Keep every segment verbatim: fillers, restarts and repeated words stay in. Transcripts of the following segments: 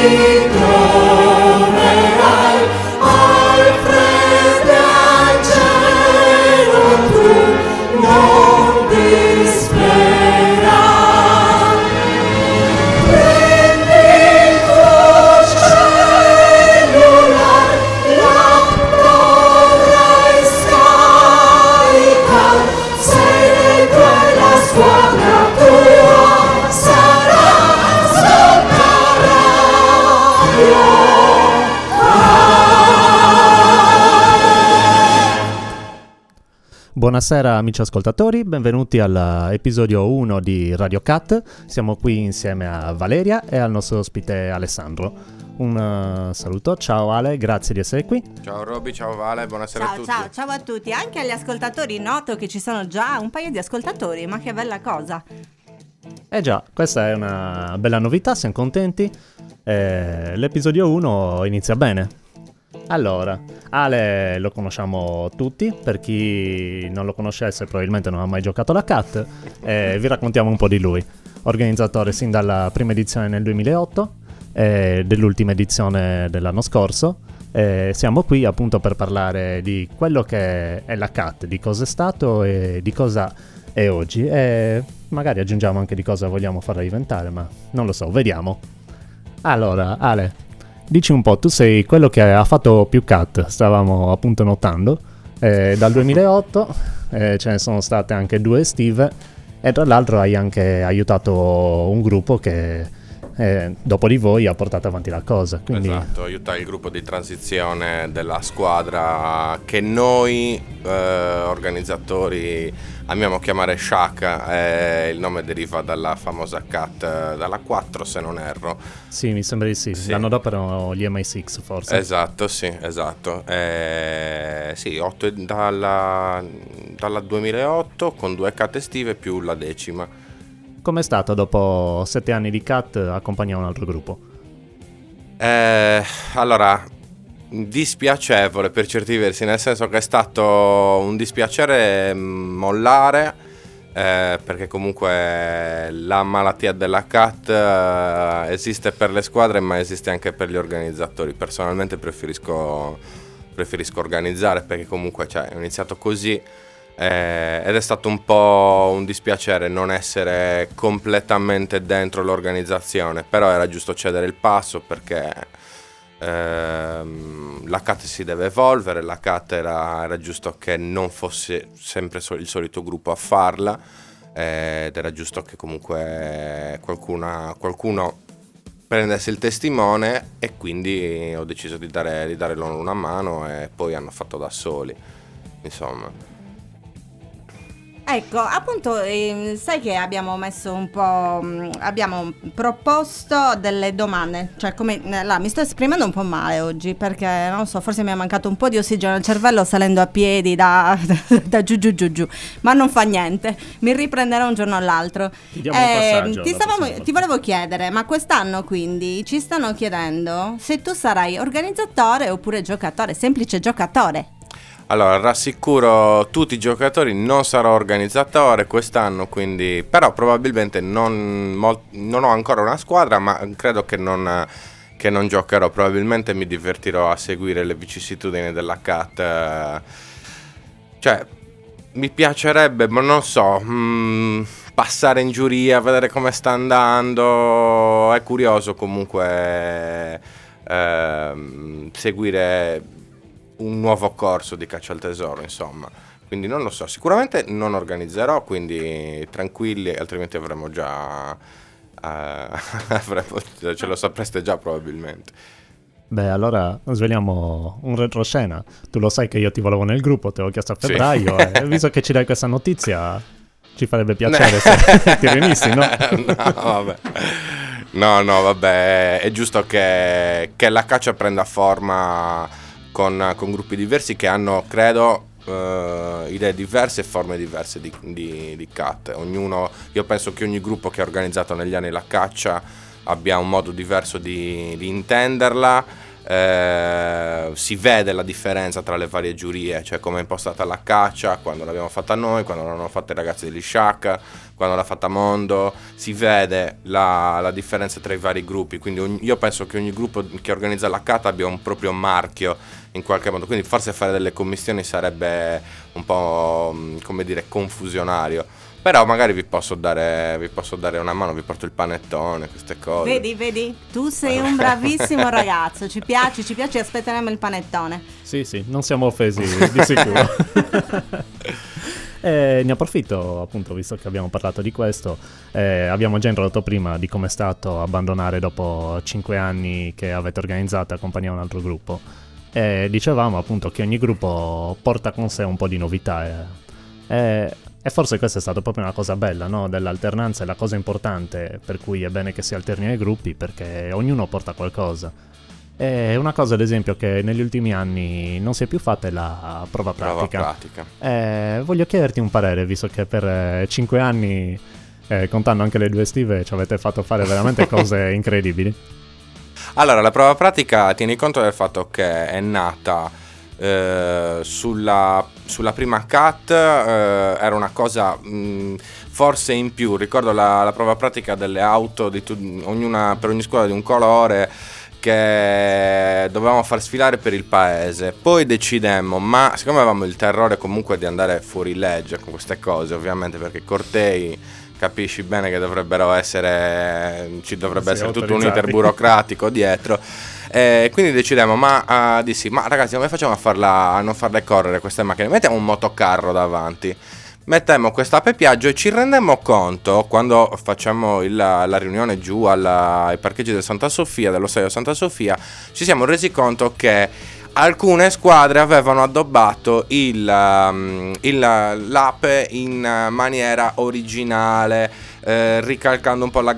Buonasera amici ascoltatori, benvenuti all'episodio uno di Radio Cat. Siamo qui insieme a Valeria e al nostro ospite Alessandro. Un uh, saluto, ciao Ale, grazie di essere qui. Ciao Roby, ciao Vale, buonasera ciao, a tutti. Ciao, ciao a tutti, anche agli ascoltatori. Noto che ci sono già un paio di ascoltatori, ma che bella cosa. Eh già, questa è una bella novità, siamo contenti. Eh, l'episodio uno inizia bene. Allora, Ale lo conosciamo tutti, per chi non lo conoscesse probabilmente non ha mai giocato alla Cat, eh, vi raccontiamo un po' di lui. Organizzatore sin dalla prima edizione nel duemilaotto e dell'ultima edizione dell'anno scorso. Eh, siamo qui appunto per parlare di quello che è la Cat, di cosa è stato e di cosa è oggi, e magari aggiungiamo anche di cosa vogliamo farla diventare, ma non lo so, vediamo. Allora, Ale, dici un po', tu sei quello che ha fatto più cat, stavamo appunto notando, eh, dal duemilaotto, eh, ce ne sono state anche due estive e tra l'altro hai anche aiutato un gruppo che eh, dopo di voi ha portato avanti la cosa. Quindi... Esatto, aiutare il gruppo di transizione della squadra che noi eh, organizzatori amiamo chiamare Shaka, eh, il nome deriva dalla famosa Cat, dalla quattro se non erro. Sì, mi sembra di sì, sì. L'anno dopo erano gli M I sei forse. Esatto, sì, esatto. Eh, sì, otto dalla, dalla duemilaotto con due Cat estive più la decima. Com'è stato dopo sette anni di Cat accompagnare un altro gruppo? Eh, allora... dispiacevole per certi versi, nel senso che è stato un dispiacere mollare, eh, perché comunque la malattia della Cat eh, esiste per le squadre ma esiste anche per gli organizzatori. Personalmente preferisco, preferisco organizzare, perché comunque cioè, ho iniziato così eh, ed è stato un po' un dispiacere non essere completamente dentro l'organizzazione, però era giusto cedere il passo perché Ehm, la Cat si deve evolvere, la Cat era, era giusto che non fosse sempre so- il solito gruppo a farla, eh, ed era giusto che comunque qualcuna, qualcuno prendesse il testimone, e quindi ho deciso di dare, di dare loro una mano e poi hanno fatto da soli, insomma. Ecco, appunto, eh, sai che abbiamo messo un po', mh, abbiamo proposto delle domande, cioè come, eh, là, mi sto esprimendo un po' male oggi perché, non so, forse mi è mancato un po' di ossigeno al cervello salendo a piedi da, da, da giù giù giù giù, ma non fa niente, mi riprenderò un giorno all'altro. Ti diamo un passaggio, ti, stavamo, ti volevo chiedere, ma quest'anno quindi ci stanno chiedendo se tu sarai organizzatore oppure giocatore, semplice giocatore. Allora, rassicuro tutti i giocatori, non sarò organizzatore quest'anno, quindi però probabilmente non, mol- non ho ancora una squadra, ma credo che non, che non giocherò. Probabilmente mi divertirò a seguire le vicissitudini della Cat. Cioè, mi piacerebbe, ma non so, mh, passare in giuria, vedere come sta andando. È curioso comunque eh, seguire un nuovo corso di caccia al tesoro, insomma. Quindi non lo so, sicuramente non organizzerò, quindi tranquilli, altrimenti avremmo già eh, avremmo, ce lo sapreste già probabilmente. Beh, allora sveliamo un retroscena. Tu lo sai che io ti volevo nel gruppo, te l'ho chiesto a febbraio, sì. E visto che ci dai questa notizia ci farebbe piacere se ti riunissi, no? No, vabbè. No, no, vabbè, è giusto che, che la caccia prenda forma Con, con gruppi diversi che hanno, credo, uh, idee diverse e forme diverse di, di, di Cat. Ognuno, io penso che ogni gruppo che ha organizzato negli anni la caccia abbia un modo diverso di, di intenderla, eh, si vede la differenza tra le varie giurie, cioè come è impostata la caccia, quando l'abbiamo fatta noi, quando l'hanno fatta i ragazzi degli Sciacca, quando l'ha fatta Mondo, si vede la, la differenza tra i vari gruppi, quindi ogni, io penso che ogni gruppo che organizza la cata abbia un proprio marchio in qualche modo, quindi forse fare delle commissioni sarebbe un po', come dire, confusionario. Però magari vi posso dare vi posso dare una mano, vi porto il panettone, queste cose. Vedi, vedi, tu sei un bravissimo ragazzo, ci piace, ci piace, aspetteremo il panettone. Sì, sì, non siamo offesi di sicuro. E ne approfitto, appunto, visto che abbiamo parlato di questo, eh, abbiamo già introdotto prima di come è stato abbandonare dopo cinque anni che avete organizzato e accompagnato un altro gruppo. E dicevamo appunto che ogni gruppo porta con sé un po' di novità. E, e E forse questa è stata proprio una cosa bella, no? Dell'alternanza, è la cosa importante per cui è bene che si alternino i gruppi, perché ognuno porta qualcosa. E una cosa, ad esempio, che negli ultimi anni non si è più fatta è la prova pratica. Prova pratica. E voglio chiederti un parere, visto che per eh, cinque anni, eh, contando anche le due estive, ci avete fatto fare veramente cose incredibili. Allora, la prova pratica, tieni conto del fatto che è nata Eh, sulla, sulla prima cat, eh, era una cosa mh, forse in più. Ricordo la, la prova pratica delle auto di tu, ognuna, per ogni squadra di un colore, che dovevamo far sfilare per il paese. Poi decidemmo, ma siccome avevamo il terrore comunque di andare fuori legge con queste cose, ovviamente, perché i cortei capisci bene che dovrebbero essere, ci dovrebbe essere tutto un iter burocratico dietro. E quindi decidemmo, ma uh, dissi, ma ragazzi, come facciamo a farla, a non farle correre queste macchine? Mettiamo un motocarro davanti, mettemmo questa Ape Piaggio e ci rendemmo conto, quando facciamo il, la riunione giù alla, ai parcheggi del Santa Sofia, dello stadio Santa Sofia, ci siamo resi conto che alcune squadre avevano addobbato il, um, il, l'ape in maniera originale, eh, ricalcando un po' la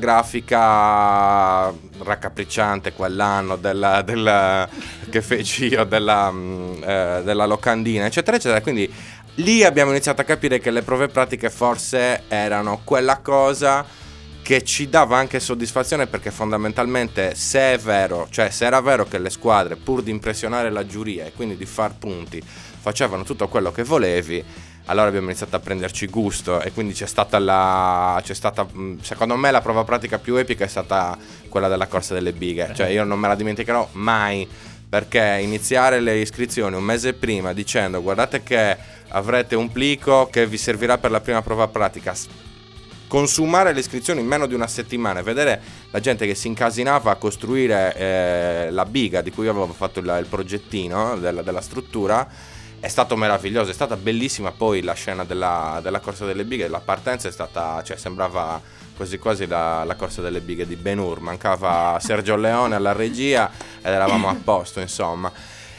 grafica raccapricciante quell'anno della, della, che feci io della, um, eh, della locandina, eccetera eccetera. Quindi lì abbiamo iniziato a capire che le prove pratiche forse erano quella cosa che ci dava anche soddisfazione, perché fondamentalmente, se è vero, cioè se era vero che le squadre, pur di impressionare la giuria e quindi di far punti, facevano tutto quello che volevi, allora abbiamo iniziato a prenderci gusto. E quindi c'è stata la c'è stata secondo me la prova pratica più epica è stata quella della corsa delle bighe. Cioè io non me la dimenticherò mai, perché iniziare le iscrizioni un mese prima dicendo guardate che avrete un plico che vi servirà per la prima prova pratica, consumare le iscrizioni in meno di una settimana e vedere la gente che si incasinava a costruire eh, la biga di cui io avevo fatto il, il progettino della, della struttura, è stato meraviglioso. È stata bellissima poi la scena della, della corsa delle bighe. La partenza è stata, cioè sembrava quasi quasi la, la corsa delle bighe di Ben-Hur, mancava Sergio Leone alla regia ed eravamo a posto, insomma.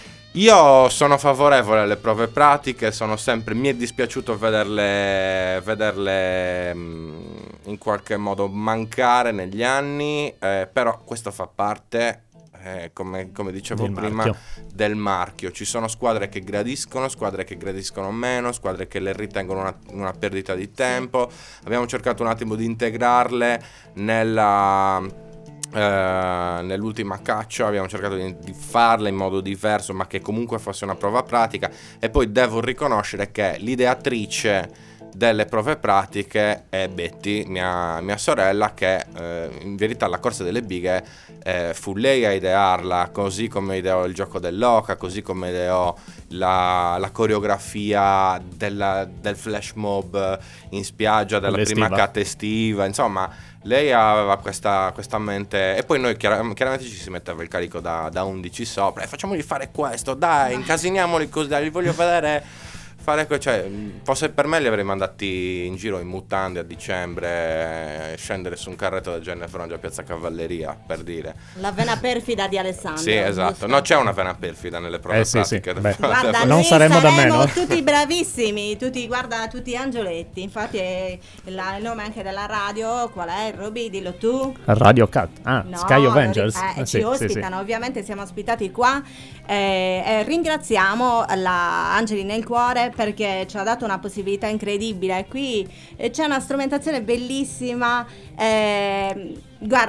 Io sono favorevole alle prove pratiche, sono sempre, mi è dispiaciuto vederle, vederle in qualche modo mancare negli anni, eh, però questo fa parte, eh, come, come dicevo del prima, marchio. del marchio. Ci sono squadre che gradiscono, squadre che gradiscono meno, squadre che le ritengono una, una perdita di tempo. Abbiamo cercato un attimo di integrarle nella... Uh, nell'ultima caccia, abbiamo cercato di, di farla in modo diverso, ma che comunque fosse una prova pratica. E poi devo riconoscere che l'ideatrice delle prove pratiche è Betty, mia, mia sorella, che uh, in verità la corsa delle bighe uh, fu lei a idearla, così come ideò il gioco dell'oca, così come ideò la, la coreografia della, del flash mob in spiaggia della L'estiva. prima cat estiva, insomma. Lei aveva questa, questa mente, e poi noi chiar- chiaramente ci si metteva il carico da, da undici sopra e facciamogli fare questo, dai, incasiniamoli così, dai, li voglio vedere fare que- cioè, forse per me li avrei mandati in giro in mutande a dicembre, eh, scendere su un carretto da Gianni Frongia a Piazza Cavalleria, per dire. La vena perfida di Alessandro. Sì, esatto. giusto? No, c'è una vena perfida nelle prove Eh, sì, sì. pratiche. Beh. Guarda, Non noi saremo da meno. tutti bravissimi, tutti, guarda, tutti angioletti. Infatti è la- il nome anche della radio, qual è? Roby, dillo tu. Radio Cat, ah, No, Sky Avengers. eh, Eh, ci sì, ospitano, sì, sì. ovviamente siamo ospitati qua, eh, e ringraziamo la Angeli nel cuore perché ci ha dato una possibilità incredibile. Qui eh, c'è una strumentazione bellissima, eh, guarda,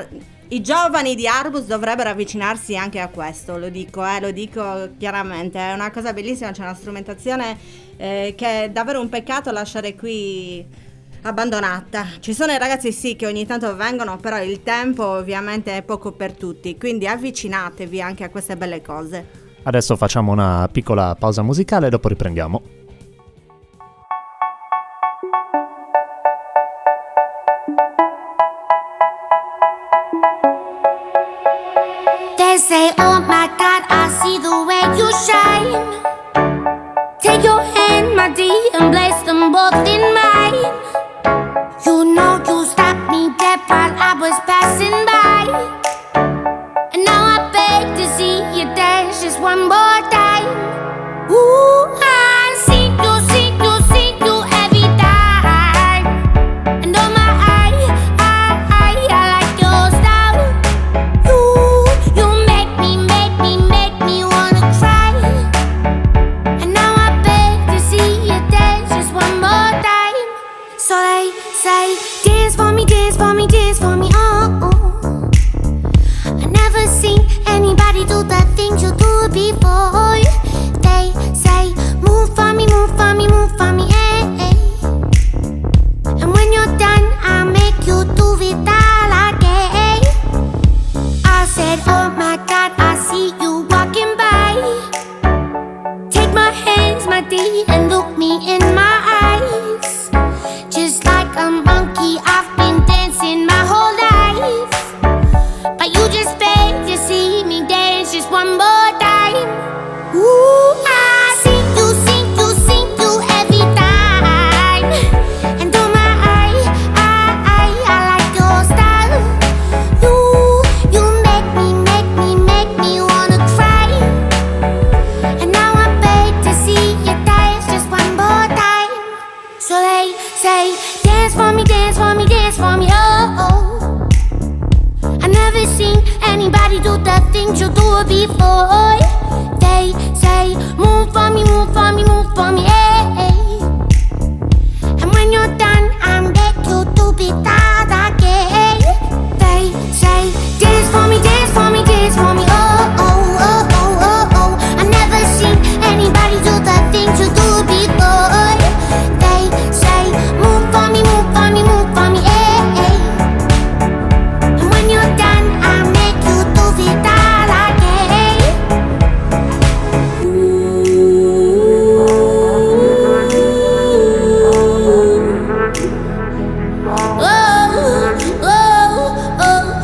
I giovani di Arbus dovrebbero avvicinarsi anche a questo, lo dico, eh, lo dico chiaramente, è una cosa bellissima, c'è una strumentazione eh, che è davvero un peccato lasciare qui abbandonata. Ci sono i ragazzi sì che ogni tanto vengono, però il tempo ovviamente è poco per tutti, quindi avvicinatevi anche a queste belle cose. Adesso facciamo una piccola pausa musicale e dopo riprendiamo. They say, oh my God, I see the way you shine. Take your hand, my dear, and place them both in mine. You know you stopped me dead while I was passing by. And now I beg to see you dance just one more time. Ooh, I see you, see you, see you every time. And oh my, I, I, I, I like your style. You, you make me, make me, make me wanna cry. And now I beg to see you dance just one more time. So they say, dance for me, dance for me, dance for me, oh, oh. I never seen anybody do the things you do before. They say, move for me, move for me, move for me, eh, eh. And when you're done, I'll make you do it all again. I said, oh my God, I see you walking by. Take my hands, my dear, and look me in my eyes. Just like a monkey, I've been dancing my whole life. But you just beg to see me dance just one more time. Ooh, I see you, see you, see you every time. And oh my, I, I, I, I like your style. You, you make me, make me, make me wanna cry. And now I beg to see you dance just one more time. So they say, dance for me, dance for me, dance for me, oh, oh. I never seen anybody do the things you do before. They say, move for me, move for me, move for me, eh, eh. And when you're done, I'll make you do it all again. They say, dance for me, dance for me, dance for me, oh, oh, oh, oh, oh, oh. I never seen anybody do the things you do before. They say, move for me, move for me, move for me, eh, eh. And when you're done, I'll make you do it all again. Oh, oh, oh,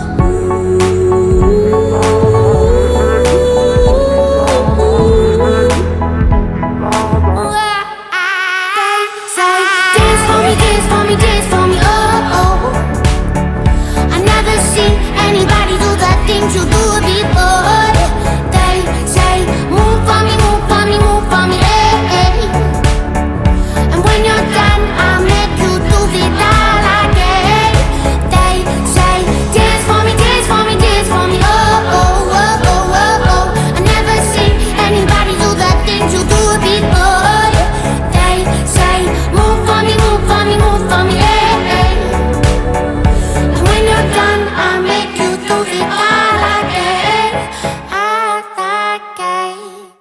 They say, dance for me, dance for me, dance for me, oh, oh. I never seen anybody do the things you do before. They say, move for me, move for me, move for me, eh, eh. And when you're done, I'll make you do it all again. They say, dance for me, dance for me, dance for me, oh, oh, oh, oh, oh, oh. I never seen anybody do the things you do before. They say, move for me, move for me, move for me, eh, eh. And when you're done, I'll make you do it all again, all again.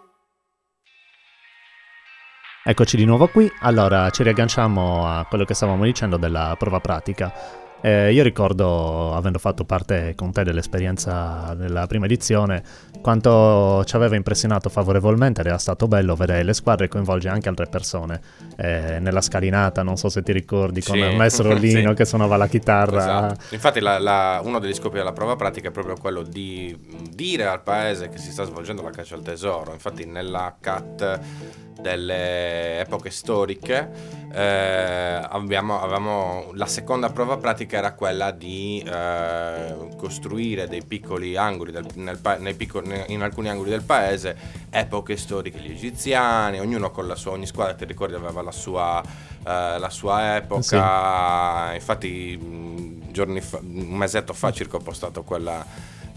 Eccoci di nuovo qui. Allora, ci riagganciamo a quello che stavamo dicendo della prova pratica. Eh, io ricordo, avendo fatto parte con te dell'esperienza della prima edizione, quanto ci aveva impressionato favorevolmente ed era stato bello vedere le squadre coinvolge anche altre persone. Eh, nella scalinata, non so se ti ricordi, con Sì. il maestro Lino Sì. che suonava la chitarra. Esatto. Infatti la- la- uno degli scopi della prova pratica è proprio quello di dire al paese che si sta svolgendo la caccia al tesoro. Infatti nella C A T delle epoche storiche eh, abbiamo, avevamo la seconda prova pratica era quella di eh, costruire dei piccoli angoli del, nel pa- nei piccoli, in alcuni angoli del paese, epoche storiche, gli egiziani, ognuno con la sua, ogni squadra, ti ricordi, aveva la sua eh, la sua epoca. Infatti mh, giorni fa, un mesetto fa circa ho postato quella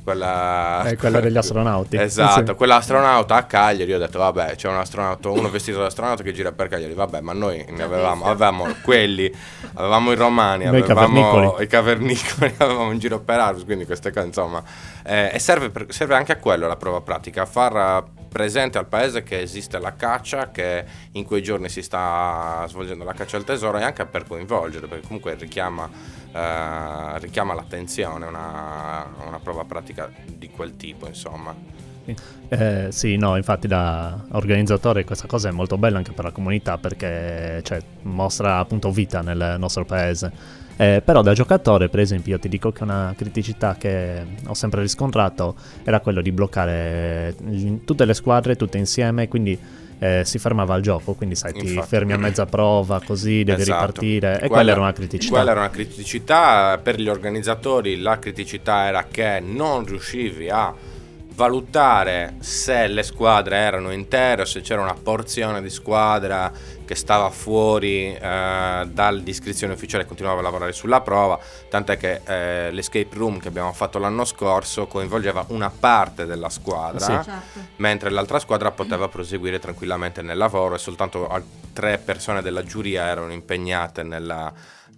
quella, È quella degli astronauti. Esatto, Sì. quell'astronauta a Cagliari. Io ho detto vabbè, c'è un astronauta, uno vestito da astronauta che gira per Cagliari. Vabbè, ma noi ne avevamo, avevamo quelli, avevamo i romani, Noi avevamo cavernicoli. i cavernicoli, avevamo un giro per Arus, quindi queste cose insomma. Eh, e serve, per- serve anche a quello la prova pratica, a far presente al paese che esiste la caccia, che in quei giorni si sta svolgendo la caccia al tesoro, e anche per coinvolgere, perché comunque richiama, eh, richiama l'attenzione una, una prova pratica di quel tipo, insomma. Eh, sì, no, infatti da organizzatore questa cosa è molto bella anche per la comunità, perché cioè, mostra appunto vita nel nostro paese. Eh, però da giocatore, per esempio, io ti dico che una criticità che ho sempre riscontrato era quello di bloccare l- tutte le squadre tutte insieme, quindi eh, si fermava il gioco, quindi sai, ti Infatti. fermi a mezza prova, così devi Esatto. ripartire, e quella era una criticità. Quella era una criticità per gli organizzatori. La criticità era che non riuscivi a valutare se le squadre erano intere o se c'era una porzione di squadra che stava fuori eh, dall'iscrizione ufficiale e continuava a lavorare sulla prova, tant'è che eh, l'escape room che abbiamo fatto l'anno scorso coinvolgeva una parte della squadra, Sì. Certo. mentre l'altra squadra poteva proseguire tranquillamente nel lavoro, e soltanto al- tre persone della giuria erano impegnate nella,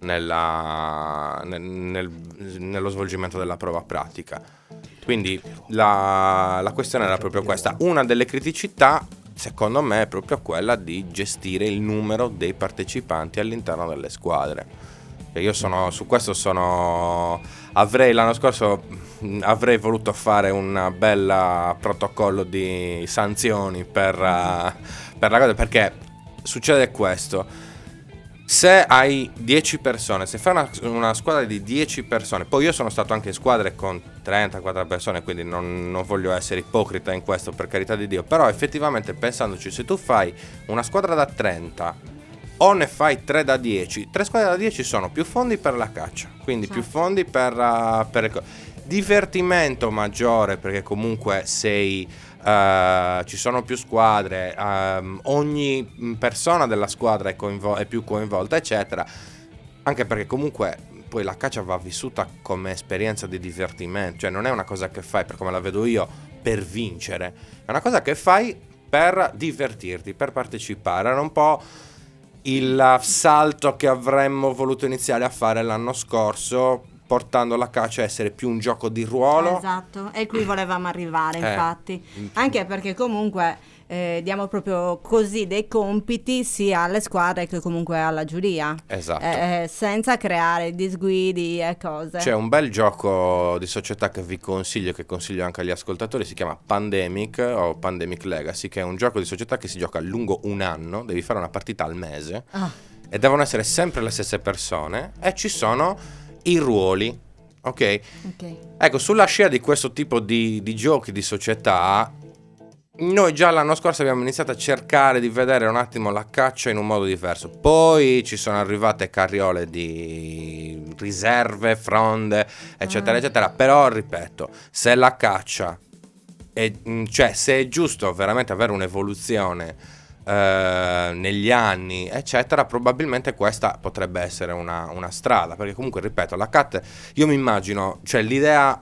nella, nel- nel- nello svolgimento della prova pratica. Quindi la, la questione era proprio questa. Una delle criticità, secondo me, è proprio quella di gestire il numero dei partecipanti all'interno delle squadre. E io sono su questo sono avrei l'anno scorso mh, avrei voluto fare un bel protocollo di sanzioni per, uh, per la cosa, perché succede questo. Se hai dieci persone, se fai una, una squadra di dieci persone, poi io sono stato anche in squadre con trentaquattro persone, quindi non, non voglio essere ipocrita in questo, per carità di Dio, però effettivamente pensandoci, se tu fai una squadra da trenta o ne fai tre da dieci, tre squadre da dieci sono più fondi per la caccia, quindi Certo. più fondi per, uh, per le co- divertimento maggiore, perché comunque sei... Uh, ci sono più squadre, um, ogni persona della squadra è, coinvol- è più coinvolta, eccetera, anche perché comunque poi la caccia va vissuta come esperienza di divertimento, cioè non è una cosa che fai, per come la vedo io, per vincere, è una cosa che fai per divertirti, per partecipare. Era un po' il salto che avremmo voluto iniziare a fare l'anno scorso, portando la caccia a essere più un gioco di ruolo. Esatto, e qui volevamo arrivare, Eh. infatti. Anche perché comunque eh, diamo proprio così dei compiti sia alle squadre che comunque alla giuria. Esatto. Eh, senza creare disguidi e cose. C'è un bel gioco di società che vi consiglio, che consiglio anche agli ascoltatori, si chiama Pandemic o Pandemic Legacy, che è un gioco di società che si gioca lungo un anno, devi fare una partita al mese Ah, e devono essere sempre le stesse persone e ci sono i ruoli, ok? ok. Ecco, sulla scia di questo tipo di, di giochi di società, noi già l'anno scorso abbiamo iniziato a cercare di vedere un attimo la caccia in un modo diverso. Poi ci sono arrivate carriole di riserve, fronde, eccetera, Ah. eccetera. Però, ripeto, se la caccia è, cioè, se è giusto veramente avere un'evoluzione eh, negli anni, eccetera, probabilmente questa potrebbe essere una, una strada, perché comunque, ripeto, la cat, io mi immagino, cioè l'idea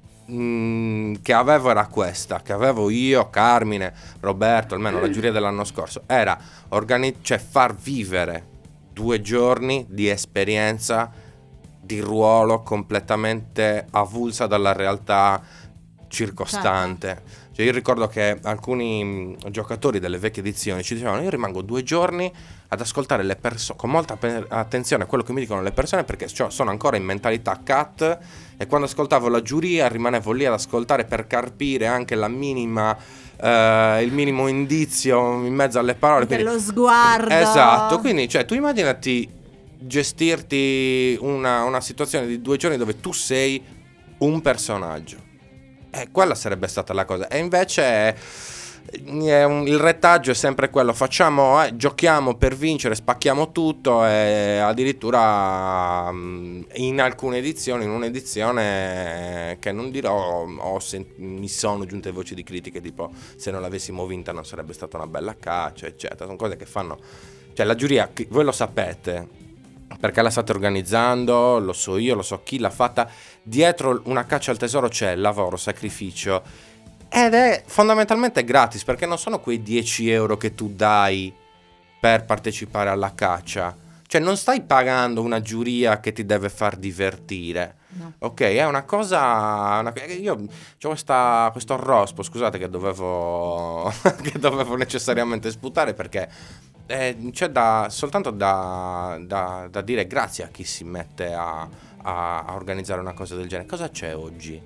mh, che avevo era questa, che avevo io, Carmine, Roberto, almeno la giuria dell'anno scorso, era organi- cioè far vivere due giorni di esperienza di ruolo completamente avulsa dalla realtà circostante. Cioè, io ricordo che alcuni mh, giocatori delle vecchie edizioni ci dicevano: io rimango due giorni ad ascoltare le persone con molta pe- attenzione a quello che mi dicono le persone, perché cioè, sono ancora in mentalità cat, e quando ascoltavo la giuria rimanevo lì ad ascoltare per carpire anche la minima eh, il minimo indizio in mezzo alle parole. Anche Quindi- lo sguardo. Esatto, quindi cioè, tu immaginati gestirti una, una situazione di due giorni dove tu sei un personaggio. Eh, quella sarebbe stata la cosa. E invece è, è un- il retaggio è sempre quello: facciamo, eh, giochiamo per vincere, spacchiamo tutto, e addirittura mh, in alcune edizioni, in un'edizione che non dirò, ho sen- mi sono giunte voci di critiche tipo: se non l'avessimo vinta non sarebbe stata una bella caccia, eccetera. Sono cose che fanno, cioè la giuria, voi lo sapete perché la state organizzando, lo so io, lo so chi l'ha fatta, dietro una caccia al tesoro c'è lavoro, sacrificio, ed è fondamentalmente gratis, perché non sono quei dieci euro che tu dai per partecipare alla caccia. Cioè non stai pagando una giuria che ti deve far divertire. No. Ok, è una cosa, una, io ho questa, questo rospo, scusate, che dovevo che dovevo necessariamente sputare, perché eh, c'è da, soltanto da, da, da dire grazie a chi si mette a, a, a organizzare una cosa del genere. Cosa c'è oggi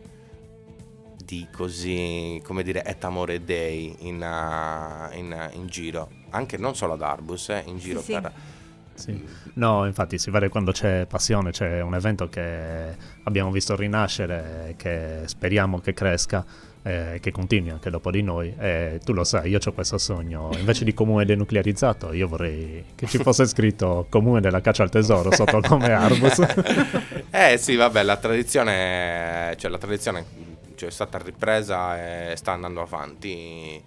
di così, come dire, et amore dei in, uh, in, in giro? Anche non solo ad Arbus, eh, in giro sì, per... Sì. Sì. No, infatti si vede quando c'è passione, c'è un evento che abbiamo visto rinascere, che speriamo che cresca, eh, che continui anche dopo di noi. E tu lo sai, io ho questo sogno, invece di comune denuclearizzato io vorrei che ci fosse scritto comune della caccia al tesoro sotto come Arbus. Eh sì, vabbè, la tradizione, cioè la tradizione cioè, è stata ripresa e sta andando avanti.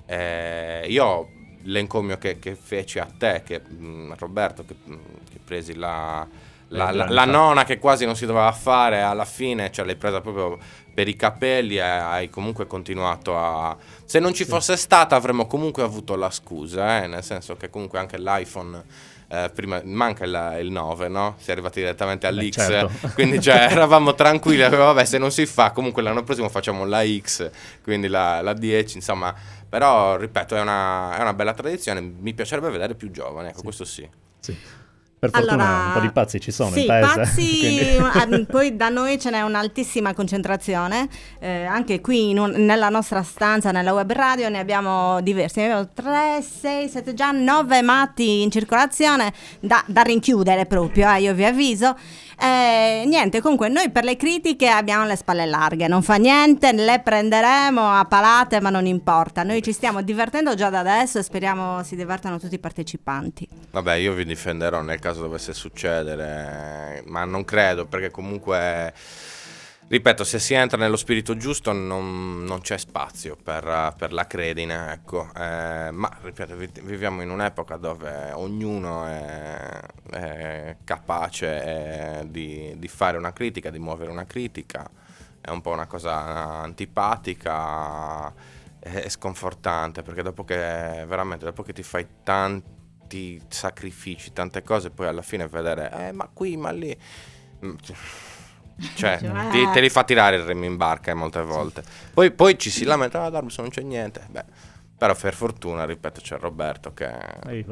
Eh, io l'encomio che, che feci a te, che mh, Roberto, che, mh, che presi la, la, la, la nona che quasi non si doveva fare, alla fine cioè l'hai presa proprio per i capelli e hai comunque continuato a... Se non ci sì. fosse stata avremmo comunque avuto la scusa, eh? Nel senso che comunque anche l'iPhone... Eh, prima manca il, il nove, no? Si è arrivati direttamente all'X, eh, certo. Quindi cioè, eravamo tranquilli, vabbè, se non si fa comunque l'anno prossimo facciamo la X, quindi la, la dieci, insomma. Però ripeto, è una, è una bella tradizione, mi piacerebbe vedere più giovani, ecco, sì. Questo sì. Sì. Per fortuna allora, un po' di pazzi ci sono sì, in paese. Pazzi, poi da noi ce n'è un'altissima concentrazione, eh, anche qui in un, nella nostra stanza, nella web radio, ne abbiamo diversi, ne abbiamo tre, sei, sette, già nove matti in circolazione da, da rinchiudere proprio, eh, io vi avviso. Eh, niente, comunque noi per le critiche abbiamo le spalle larghe, non fa niente, le prenderemo a palate, ma non importa, noi ci stiamo divertendo già da adesso e speriamo si divertano tutti i partecipanti. Vabbè, io vi difenderò nel caso dovesse succedere, ma non credo, perché comunque, ripeto, se si entra nello spirito giusto non, non c'è spazio per, per la credine, ecco. Eh, ma ripeto, viviamo in un'epoca dove ognuno è, è capace è di, di fare una critica, di muovere una critica, è un po' una cosa antipatica e sconfortante, perché dopo che veramente dopo che ti fai tanti sacrifici, tante cose, poi alla fine vedere eh ma qui, ma lì, cioè ti, te li fa tirare il remo in barca molte volte. Poi, poi ci si lamenta, ah, Darbus non c'è niente, beh, però per fortuna, ripeto, c'è Roberto che, Ehi,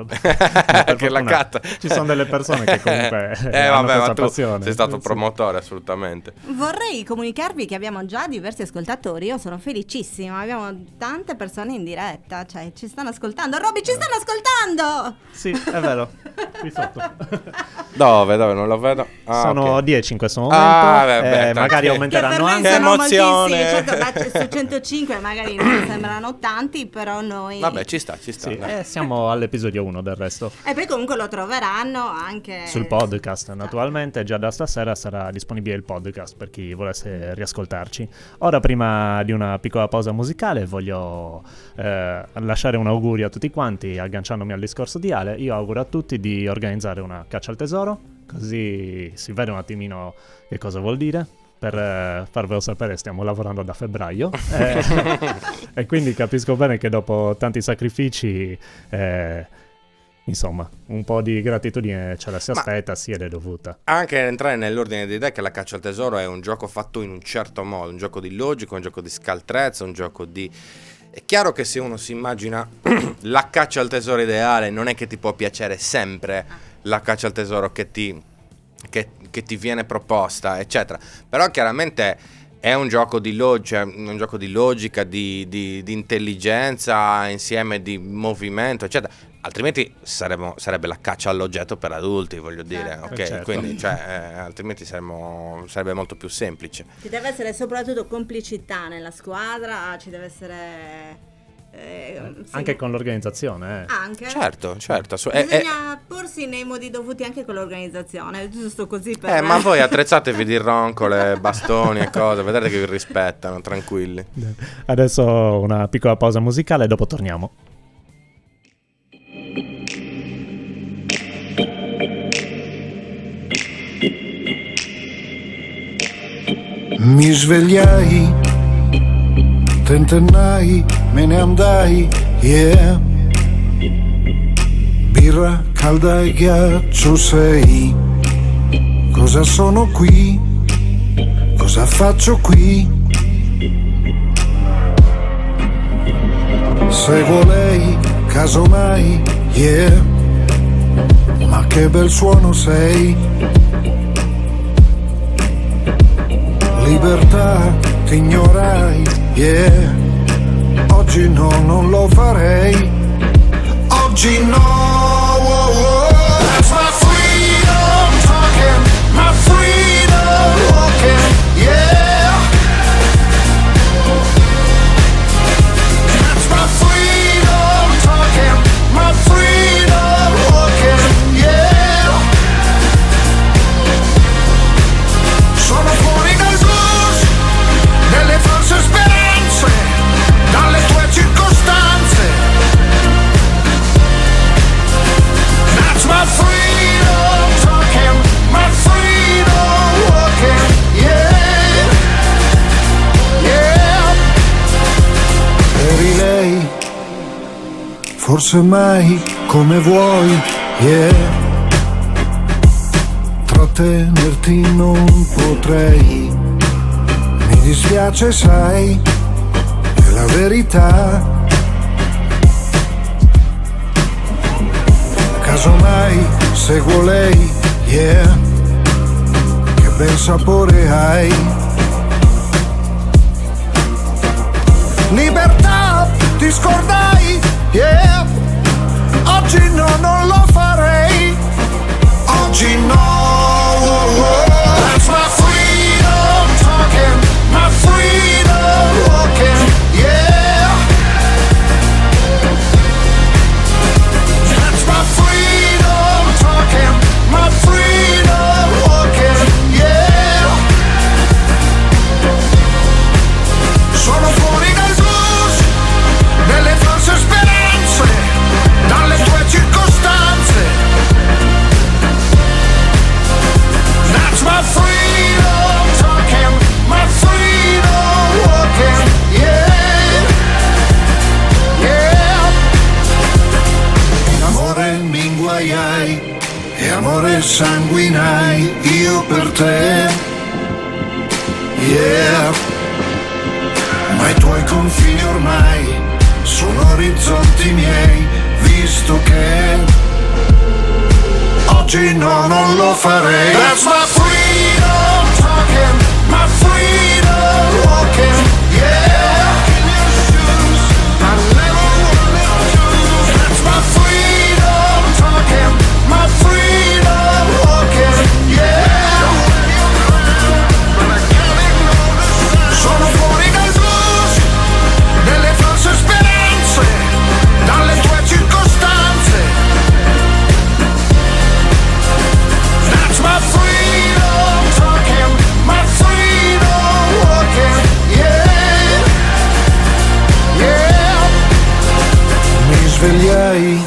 che la catta. Ci sono delle persone che comunque eh, hanno vabbè, ma tu passione. Sei stato sì. promotore, assolutamente. Vorrei comunicarvi che abbiamo già diversi ascoltatori, io sono felicissima, abbiamo tante persone in diretta, cioè ci stanno ascoltando. Robby, ci stanno ascoltando! Sì, è vero, qui sotto. Dove, dove, non lo vedo? Ah, sono okay. dieci in questo momento, ah, vabbè, eh, magari aumenteranno anche. Che emozione! Certo, beh, su centocinque magari non sembrano tanti, però noi... Vabbè, ci sta, ci sta. Sì, eh, siamo all'episodio uno del resto. E poi comunque lo troveranno anche... sul podcast, naturalmente. Già da stasera sarà disponibile il podcast per chi volesse riascoltarci. Ora, prima di una piccola pausa musicale, voglio eh, lasciare un augurio a tutti quanti, agganciandomi al discorso di Ale. Io auguro a tutti di organizzare una caccia al tesoro, così si vede un attimino che cosa vuol dire. Per eh, farvelo sapere, stiamo lavorando da febbraio eh, e quindi capisco bene che dopo tanti sacrifici eh, insomma un po' di gratitudine ce la si aspetta, sì, ed è dovuta. Anche entrare nell'ordine di idee che la caccia al tesoro è un gioco fatto in un certo modo, un gioco di logica, un gioco di scaltrezza, un gioco di... È chiaro che se uno si immagina la caccia al tesoro ideale, non è che ti può piacere sempre la caccia al tesoro che ti... Che, che ti viene proposta, eccetera. Però chiaramente è un gioco di logica, un gioco di logica, di, di, di intelligenza, insieme di movimento, eccetera. Altrimenti saremmo, sarebbe la caccia all'oggetto per adulti, voglio dire, certo. ok? Certo. Quindi, cioè, eh, altrimenti saremmo, sarebbe molto più semplice. Ci deve essere soprattutto complicità nella squadra, ci deve essere... Eh, sì. Anche con l'organizzazione, eh. Anche. Certo, certo. Bisogna eh, porsi nei modi dovuti anche con l'organizzazione, giusto così per... Eh, ma voi attrezzatevi di roncole, bastoni e cose, vedete che vi rispettano, tranquilli. Adesso una piccola pausa musicale e dopo torniamo. Mi svegliai, tentennai, me ne andai, yeah. Birra calda e ghiaccio sei. Cosa sono qui? Cosa faccio qui? Seguo lei, casomai, yeah. Ma che bel suono sei. Libertà, ti ignorai, yeah. Oggi no, non lo farei. Oggi no, oh, oh. That's my freedom talking, my freedom walking, yeah. That's my freedom talking, my freedom walking, yeah. Sono fuori dal blues, delle false speranze, dalle tue circostanze. That's my freedom talking, my freedom walking, yeah, yeah. Eri lei, forse mai come vuoi, yeah. Trattenerti non potrei, mi dispiace sai, è la verità. Casomai seguo lei, yeah. Che bel sapore hai. Libertà, ti scordai, yeah. Oggi no, non lo farei. Oggi no, oh, oh. That's my freedom talking, my freedom walking, yeah. That's my freedom talking, my freedom walking, yeah. Sono fuori dal blues, delle false speranze, dalle tue circostanze. That's my freedom talking, my freedom walking, yeah, yeah. In amore mi inguaiai e amore sanguinai io per te, yeah. Ma i tuoi confini ormai sono orizzonti miei, visto che oggi no, non lo farei. That's my freedom talking, my freedom walking, yeah. In your shoes, I never wanna choose. That's my freedom talking, my freedom walking, yeah. But I can't ignore the sign. Sono fuori dal blues, delle false speranze, dalle tue circostanze. That's my freedom talking, my freedom walking, yeah, yeah. Mi svegliai,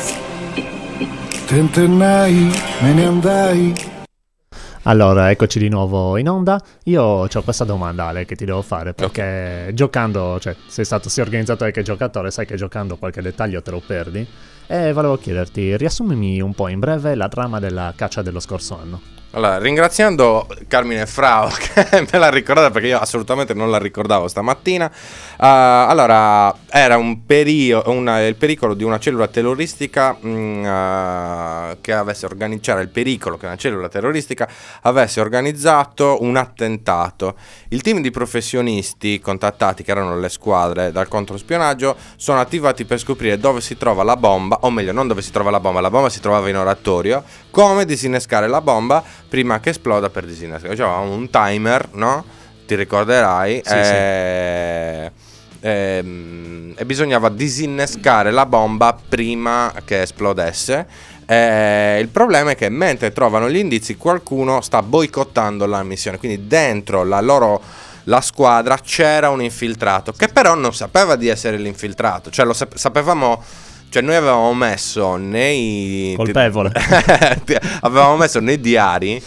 tentennai, me ne andai. Allora, eccoci di nuovo in onda. Io ho questa domanda, Ale, che ti devo fare, perché giocando, cioè, sei stato sia organizzatore che giocatore, sai che giocando qualche dettaglio te lo perdi. E volevo chiederti, riassumimi un po' in breve la trama della caccia dello scorso anno. Allora, ringraziando Carmine Frau che me l'ha ricordata, perché io assolutamente non la ricordavo stamattina. Uh, allora, era un perio- una, il pericolo di una cellula terroristica mh, uh, che avesse organizzato, c'era il pericolo che una cellula terroristica avesse organizzato un attentato. Il team di professionisti contattati, che erano le squadre dal controspionaggio, sono attivati per scoprire dove si trova la bomba, o meglio, non dove si trova la bomba, la bomba si trovava in oratorio, come disinnescare la bomba prima che esploda per disinnescare. Cioè, avevamo un timer, no? Ti ricorderai? Sì, e... sì. E... e bisognava disinnescare la bomba prima che esplodesse. E il problema è che mentre trovano gli indizi qualcuno sta boicottando la missione, quindi dentro la loro la squadra c'era un infiltrato che però non sapeva di essere l'infiltrato, cioè lo sap- sapevamo. Cioè noi avevamo messo nei colpevole avevamo messo nei diari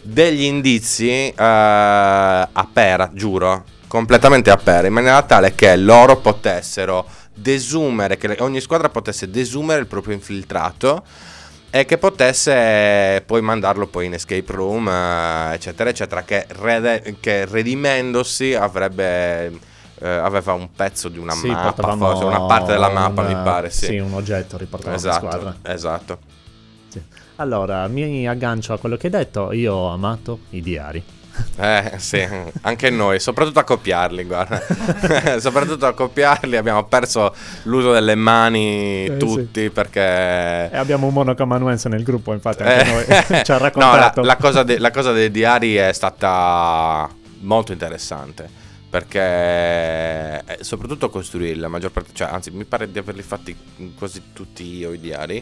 degli indizi eh, a pera, giuro, completamente a pera, in maniera tale che loro potessero desumere, che ogni squadra potesse desumere il proprio infiltrato e che potesse poi mandarlo poi in escape room, eh, eccetera eccetera, che, rede- che redimendosi avrebbe eh, aveva un pezzo di una Sì, mappa, portavamo forse una parte della mappa, una- mi pare, sì, Sì, un oggetto riportato alla esatto, squadra. esatto. Sì. Allora, mi aggancio a quello che hai detto. Io ho amato i diari. Eh sì, anche noi, soprattutto a copiarli, guarda. Soprattutto a copiarli abbiamo perso l'uso delle mani Eh, tutti sì. perché E abbiamo un monocomanuense nel gruppo, infatti anche Eh, noi ci ha no, raccontato. la, la, cosa de- la cosa dei diari è stata molto interessante perché eh, soprattutto costruirli, la maggior parte, cioè anzi mi pare di averli fatti quasi tutti io i diari,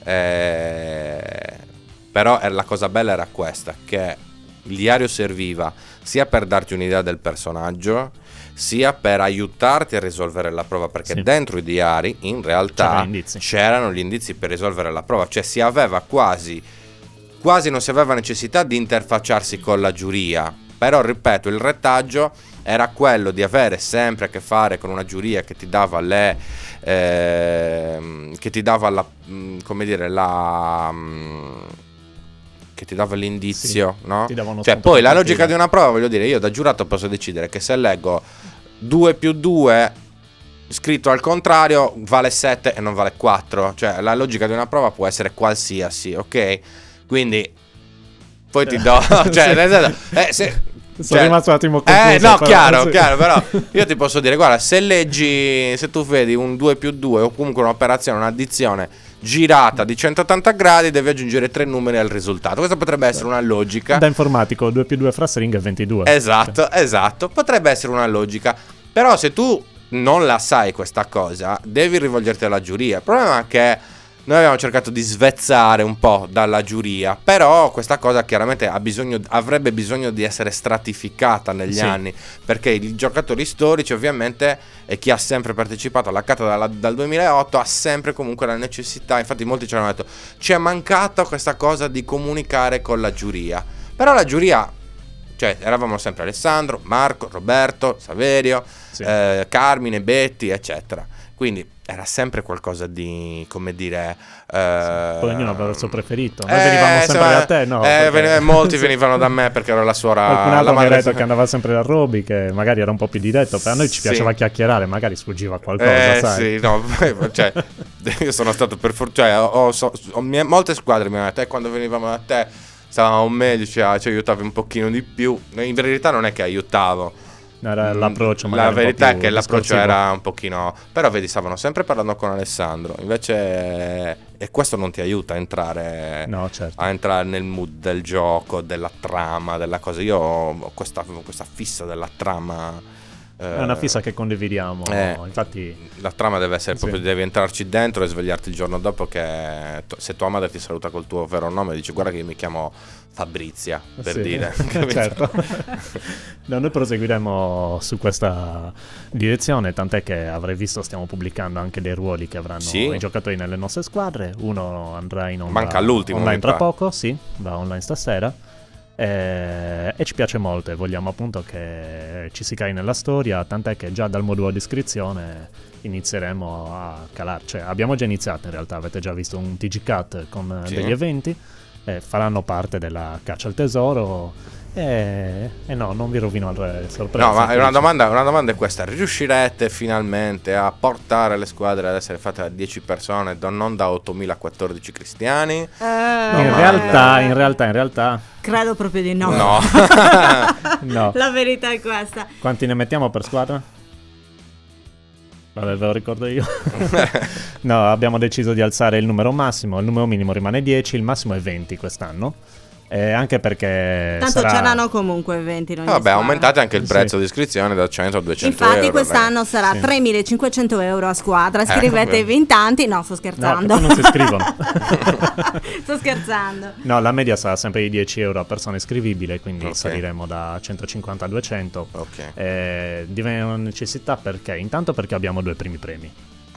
eh, però eh, la cosa bella era questa, che il diario serviva sia per darti un'idea del personaggio sia per aiutarti a risolvere la prova, perché Sì. dentro i diari in realtà C'erano indizi. c'erano gli indizi per risolvere la prova, cioè si aveva quasi quasi non si aveva necessità di interfacciarsi con la giuria, però ripeto, il retaggio era quello di avere sempre a che fare con una giuria che ti dava le ehm, che ti dava la mh, come dire la mh, che ti dava l'indizio, Sì, no? ti dava uno Cioè spunto poi la di logica partita. di una prova, voglio dire, io da giurato posso decidere che se leggo due più due scritto al contrario vale sette e non vale quattro, cioè la logica di una prova può essere qualsiasi, ok? Quindi poi ti do cioè Sì. nel senso, eh, se, Sono cioè- rimasto un attimo confuso. eh no, però, chiaro, sì. chiaro, però io ti posso dire, guarda, se leggi, se tu vedi un due più due o comunque un'operazione, un'addizione girata di centottanta gradi, devi aggiungere tre numeri al risultato. Questa potrebbe essere una logica. Da informatico, due più due fra stringhe è ventidue. Esatto, esatto, potrebbe essere una logica. Però se tu non la sai questa cosa, devi rivolgerti alla giuria. Il problema è che noi abbiamo cercato di svezzare un po' dalla giuria, però questa cosa chiaramente ha bisogno, avrebbe bisogno di essere stratificata negli Sì. anni, perché i giocatori storici ovviamente e chi ha sempre partecipato alla cata dalla- dal duemilaotto ha sempre comunque la necessità, infatti molti ci hanno detto ci è mancata questa cosa di comunicare con la giuria, però la giuria, cioè eravamo sempre Alessandro, Marco, Roberto, Saverio, Sì. eh, Carmine, Betty, eccetera, quindi era sempre qualcosa di, come dire, eh, Poi ognuno aveva il suo preferito. Noi eh, venivamo sempre insomma, da te, no? eh, Perché- veniva- molti venivano da me perché ero la suora. Qualcun la altro mi ha madre- detto che andava sempre da Roby, che magari era un po' più diretto. Per a noi ci Sì. piaceva chiacchierare, magari sfuggiva qualcosa, Eh sai. sì, no, poi, cioè, io sono stato per fortuna, cioè, ho, ho- so- ho- mie- molte squadre mi hanno detto, "Eh, quando venivamo da te stavamo meglio, cioè, ci aiutavi un pochino di più." In verità non è che aiutavo. No, era l'approccio La magari un po' verità è più che l'approccio discorsivo. era un pochino. Però vedi, stavano sempre parlando con Alessandro. Invece. E questo non ti aiuta a entrare. No, certo. A entrare nel mood del gioco, della trama, della cosa. Io ho questa, questa fissa della trama. È una fissa che condividiamo. eh, Infatti, La trama deve essere Sì. proprio, devi entrarci dentro e svegliarti il giorno dopo che to- se tua madre ti saluta col tuo vero nome dici guarda che io mi chiamo Fabrizia, per sì. dire. Capito? Certo. No, noi proseguiremo su questa direzione, tant'è che avrai visto stiamo pubblicando anche dei ruoli che avranno Sì. i giocatori nelle nostre squadre. Uno andrà in onda Manca l'ultimo, online mi tra pare. poco, sì, va online stasera. Eh, e ci piace molto e vogliamo appunto che ci si cali nella storia, tant'è che già dal modulo di iscrizione inizieremo a calare, cioè abbiamo già iniziato in realtà, avete già visto un T G Cat con Sì. degli eventi, eh, faranno parte della caccia al tesoro e, e no, non vi rovino le sorprese. No, ma è una dici. domanda, una domanda è questa: riuscirete finalmente a portare le squadre ad essere fatte da dieci persone, da- non da ottomilaquattordici cristiani? Eh, In No, realtà, in realtà, in realtà, credo proprio di no. No. no. La verità è questa. Quanti ne mettiamo per squadra? Vabbè, ve lo ricordo io. No, abbiamo deciso di alzare il numero massimo, il numero minimo rimane dieci, il massimo è venti quest'anno. Eh, anche perché Tanto sarà... c'erano comunque venti in ogni Vabbè, squadra. aumentate anche il Sì. prezzo di iscrizione da cento a duecento Infatti euro. quest'anno sarà Sì. tremilacinquecento euro a squadra. Iscrivetevi vabbè. in tanti. No, sto No, scherzando. perché non si iscrivono. Sto scherzando. No, la media sarà sempre di dieci euro a persona iscrivibile, quindi Ok. saliremo da centocinquanta a duecento. Ok. Eh, diventa una necessità perché? Intanto perché abbiamo due primi premi.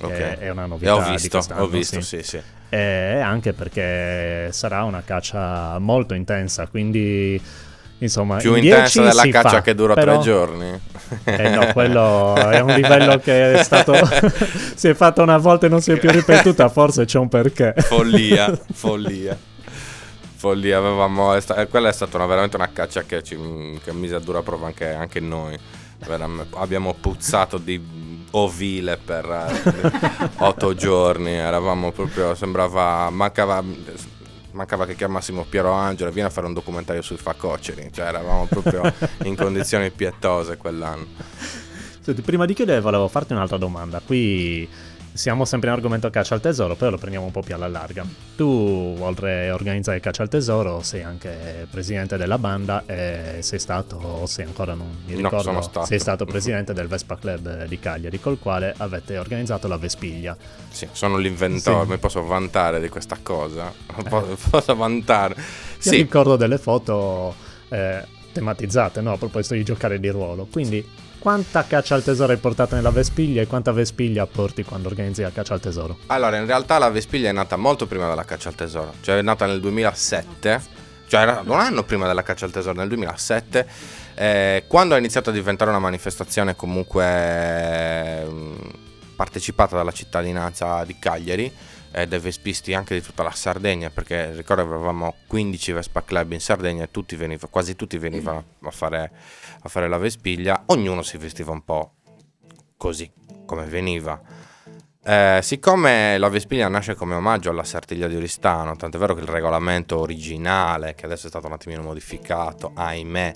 che Ok. è una E novità ho di visto, quest'anno. ho visto, sì. sì, sì. E anche perché sarà una caccia molto intensa, quindi insomma Più in intensa dieci della si caccia fa, che dura però- tre giorni. Eh no, quello è un livello che è stato si è fatto una volta e non si è più ripetuta, forse c'è un perché. Follia, follia. Follia, avevamo, è sta- quella è stata una- veramente una caccia che ci che mise a dura prova anche, anche noi. Veram- abbiamo puzzato di ovile per eh, otto giorni, eravamo proprio, sembrava, mancava, mancava che chiamassimo Piero Angelo e viene a fare un documentario sui facoceri, cioè eravamo proprio in condizioni pietose quell'anno. Senti, prima di chiudere volevo farti un'altra domanda. Qui siamo sempre in argomento caccia al tesoro, però lo prendiamo un po' più alla larga. Tu, oltre a organizzare caccia al tesoro, sei anche presidente della banda e sei stato, o sei ancora non mi No, ricordo, sono stato. sei stato presidente del Vespa Club di Cagliari, col quale avete organizzato la Vespiglia. Sì, sono l'inventore, Sì. mi posso vantare di questa cosa. Posso, posso vantare. Io Sì, ricordo delle foto eh, tematizzate, no? A proposito di giocare di ruolo. Quindi, quanta caccia al tesoro hai portato nella Vespiglia e quanta Vespiglia porti quando organizzi la caccia al tesoro? allora in realtà la Vespiglia è nata molto prima della caccia al tesoro, cioè è nata nel duemilasette, cioè era un anno prima della caccia al tesoro, nel duemilasette, eh, quando ha iniziato a diventare una manifestazione comunque eh, partecipata dalla cittadinanza di Cagliari e dai vespisti anche di tutta la Sardegna, perché ricordo avevamo quindici Vespa Club in Sardegna e tutti veniva, quasi tutti venivano a fare, a fare la Vespiglia, ognuno si vestiva un po' così come veniva. Eh, siccome la Vespiglia nasce come omaggio alla Sartiglia di Oristano, tant'è vero che il regolamento originale, che adesso è stato un attimino modificato, ahimè,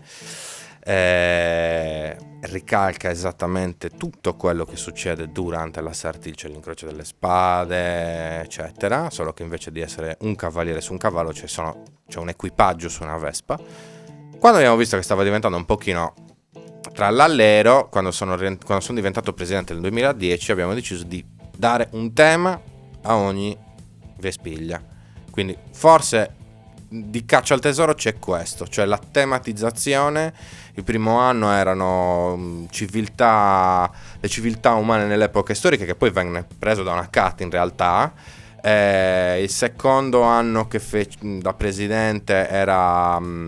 eh, ricalca esattamente tutto quello che succede durante la Sartiglia, cioè l'incrocio delle spade, eccetera, solo che invece di essere un cavaliere su un cavallo c'è, sono, c'è un equipaggio su una Vespa. Quando abbiamo visto che stava diventando un pochino tra l'allero, quando sono, quando sono diventato presidente nel duemiladieci, abbiamo deciso di dare un tema a ogni Vespiglia. Quindi forse di caccia al tesoro c'è questo, cioè la tematizzazione. Il primo anno erano mh, civiltà, le civiltà umane nelle epoche storiche, che poi venne preso da una cat in realtà. Eh, il secondo anno che fece da presidente era mh,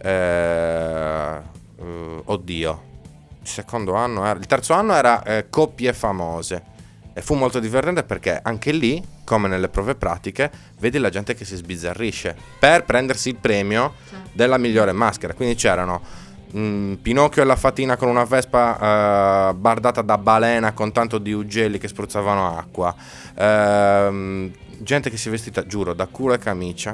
eh, uh, oddio il secondo anno era, il terzo anno era eh, coppie famose, e fu molto divertente perché anche lì, come nelle prove pratiche, vedi la gente che si sbizzarrisce per prendersi il premio della migliore maschera. Quindi c'erano mh, Pinocchio e la fatina con una Vespa eh, bardata da balena con tanto di ugelli che spruzzavano acqua, ehm, gente che si è vestita, giuro, da culo e camicia,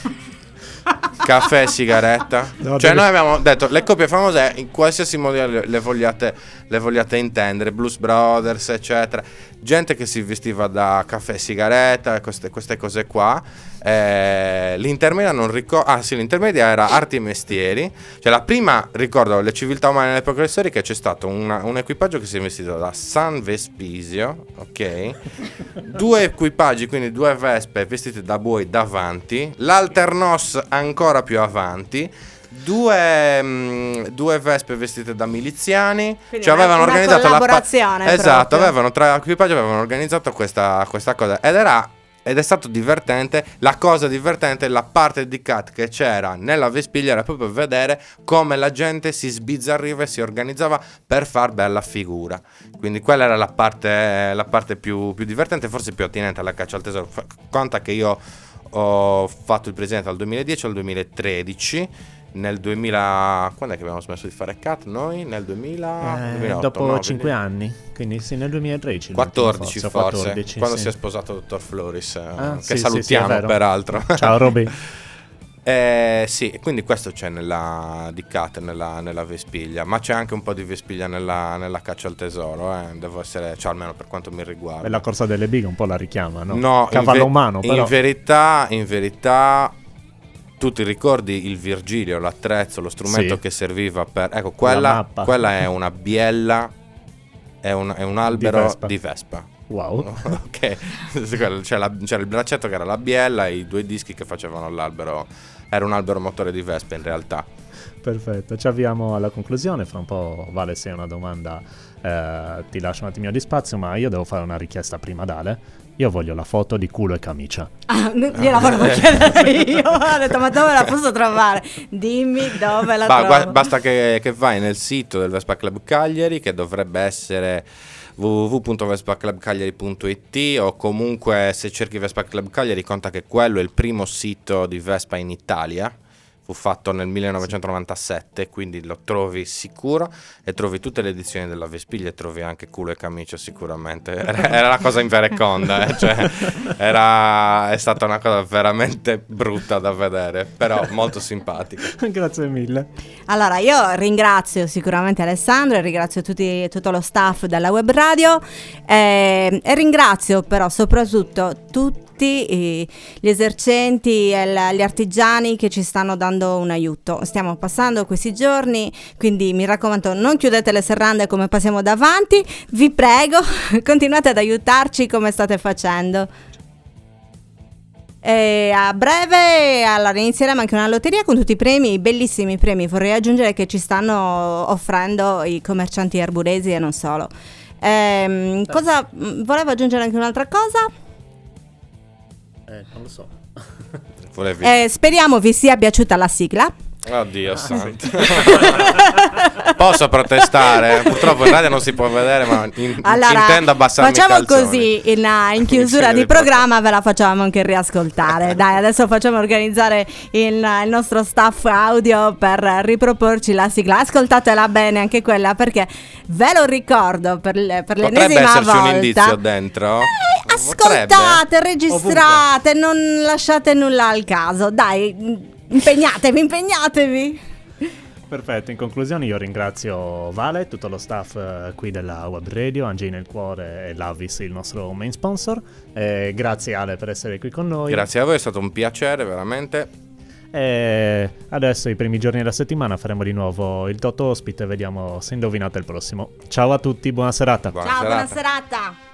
caffè e sigaretta. No, Cioè devi- noi abbiamo detto le coppie famose in qualsiasi modo le, le vogliate le vogliate intendere, Blues Brothers eccetera, gente che si vestiva da caffè e sigaretta, queste, queste cose qua. Eh, l'intermedia non ricordo, ah sì, l'intermedia era arti e mestieri, cioè la prima, ricordo, le civiltà umane nell'epoca storica, c'è stato una, un equipaggio che si è vestito da San Vespisio, ok, due equipaggi, quindi due vespe vestite da buoi davanti, l'alternos ancora più avanti, due, mh, due vespe vestite da miliziani. Quindi Cioè una- avevano una organizzato la pa- collaborazione esatto, proprio. avevano tra equipaggi avevano organizzato questa, questa cosa ed era ed è stato divertente. La cosa divertente, la parte di cat che c'era nella Vespiglia era proprio vedere come la gente si sbizzarriva e si organizzava per far bella figura. Quindi quella era la parte, la parte più, più divertente, forse più attinente alla caccia al tesoro. Fa- Conta che io ho fatto il presidente dal duemiladieci al duemilatredici. Nel duemila, quando è che abbiamo smesso di fare cat noi? Nel duemila, Eh, duemilaotto, dopo no, cinque anni, quindi sì, nel duemilatredici. quattordici l'ultimo, forse, quattordici, quando sì. si è sposato il dottor Floris, eh, Ah, che sì, sì, salutiamo sì, è vero. peraltro. Ciao Roby. Eh, sì, quindi questo c'è nella di cat, nella, nella Vespiglia, ma c'è anche un po' di Vespiglia nella, nella caccia al tesoro, eh, devo essere, cioè almeno per quanto mi riguarda. E la corsa delle bighe un po' la richiama, no? No, Cavallo in, ve- umano, però. in verità, in verità, tu ti ricordi il Virgilio, l'attrezzo, lo strumento Sì. che serviva per... Ecco, La quella, mappa. quella è una biella, è un, è un albero Vespa. di Vespa. Wow. Ok, c'era, la- c'era il braccetto che era la biella e i due dischi che facevano l'albero. Era un albero motore di Vespa in realtà. Perfetto, ci avviamo alla conclusione. Fra un po', Vale, se hai una domanda eh, ti lascio un attimino di spazio, ma io devo fare una richiesta prima ad Ale. Io voglio la foto di culo e camicia. Ah, gliela volevo chiedere io. Ho detto, ma dove la posso trovare? Dimmi dove la Ba- trovo. gua- basta che, che vai nel sito del Vespa Club Cagliari, che dovrebbe essere w w w punto vespa club cagliari punto i t, o comunque se cerchi Vespa Club Cagliari conta che quello è il primo sito di Vespa in Italia. Fu fatto nel millenovecentonovantasette, quindi lo trovi sicuro, e trovi tutte le edizioni della Vespiglia e trovi anche culo e camicia sicuramente. Era, era la cosa in vereconda, eh? Cioè, era, è stata una cosa veramente brutta da vedere, però molto simpatica. Grazie mille. Allora, io ringrazio sicuramente Alessandro e ringrazio tutti, tutto lo staff della web radio, eh, e ringrazio però soprattutto tutti i- gli esercenti e l- gli artigiani che ci stanno dando un aiuto. Stiamo passando questi giorni, quindi mi raccomando, non chiudete le serrande come passiamo davanti, vi prego, continuate ad aiutarci come state facendo. E a breve allora, inizieremo anche una lotteria con tutti i premi, i bellissimi premi. Vorrei aggiungere che ci stanno offrendo i commercianti arburesi e non solo. Ehm, cosa volevo aggiungere anche un'altra cosa. Eh, non lo so. Volevi... Eh, speriamo vi sia piaciuta la sigla. Oddio santo. Posso protestare? Purtroppo in radio non si può vedere, ma in, Allora, intendo abbassarmi i facciamo calzoni. così in, uh, in chiusura Sì, di del programma, ve la facciamo anche riascoltare. Dai, adesso facciamo organizzare il, il nostro staff audio per riproporci la sigla. Ascoltatela bene anche quella, perché ve lo ricordo per, le- per Potrebbe l'ennesima esserci volta. un indizio dentro? Eh, Potrebbe. ascoltate, registrate, non lasciate nulla al caso. Dai, impegnatevi, impegnatevi. Perfetto, in conclusione io ringrazio Vale, tutto lo staff eh, qui della Web Radio, Angie nel cuore e Lavis, il nostro main sponsor. Eh, grazie Ale per essere qui con noi. Grazie a voi, è stato un piacere veramente. E adesso i primi giorni della settimana faremo di nuovo il Toto Ospite, vediamo se indovinate il prossimo. Ciao a tutti, buona serata. Buona Ciao, serata. buona serata.